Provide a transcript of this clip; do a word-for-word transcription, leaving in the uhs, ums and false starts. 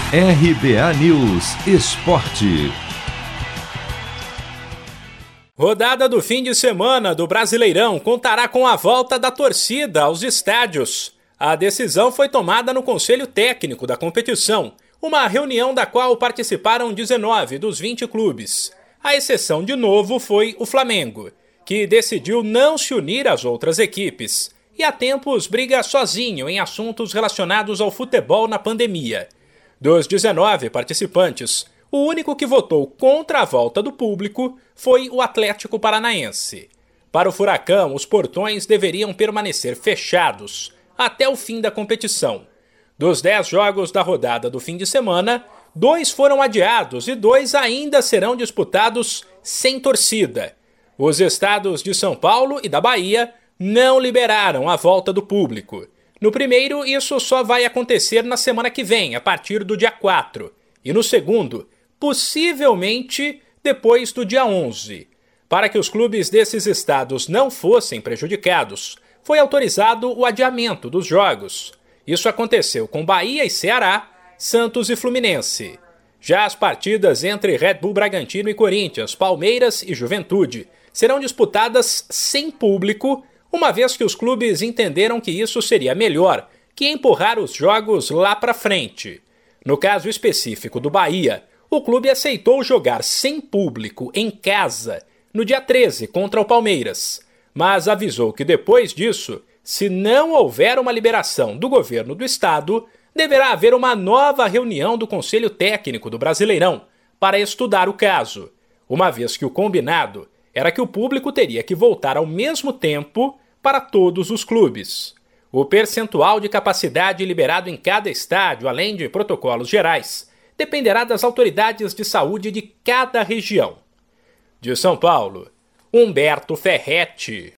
R B A News Esporte. Rodada do fim de semana do Brasileirão contará com a volta da torcida aos estádios. A decisão foi tomada no Conselho Técnico da competição, uma reunião da qual participaram dezenove dos vinte clubes. A exceção de novo foi o Flamengo, que decidiu não se unir às outras equipes e há tempos briga sozinho em assuntos relacionados ao futebol na pandemia. Dos dezenove participantes, o único que votou contra a volta do público foi o Atlético Paranaense. Para o Furacão, os portões deveriam permanecer fechados até o fim da competição. Dos dez jogos da rodada do fim de semana, dois foram adiados e dois ainda serão disputados sem torcida. Os estados de São Paulo e da Bahia não liberaram a volta do público. No primeiro, isso só vai acontecer na semana que vem, a partir do dia quatro. E no segundo, possivelmente depois do dia onze. Para que os clubes desses estados não fossem prejudicados, foi autorizado o adiamento dos jogos. Isso aconteceu com Bahia e Ceará, Santos e Fluminense. Já as partidas entre Red Bull Bragantino e Corinthians, Palmeiras e Juventude serão disputadas sem público, uma vez que os clubes entenderam que isso seria melhor que empurrar os jogos lá para frente. No caso específico do Bahia, o clube aceitou jogar sem público em casa no dia treze contra o Palmeiras, mas avisou que depois disso, se não houver uma liberação do governo do estado, deverá haver uma nova reunião do Conselho Técnico do Brasileirão para estudar o caso, uma vez que o combinado era que o público teria que voltar ao mesmo tempo para todos os clubes. O percentual de capacidade liberado em cada estádio, além de protocolos gerais, dependerá das autoridades de saúde de cada região. De São Paulo, Humberto Ferretti.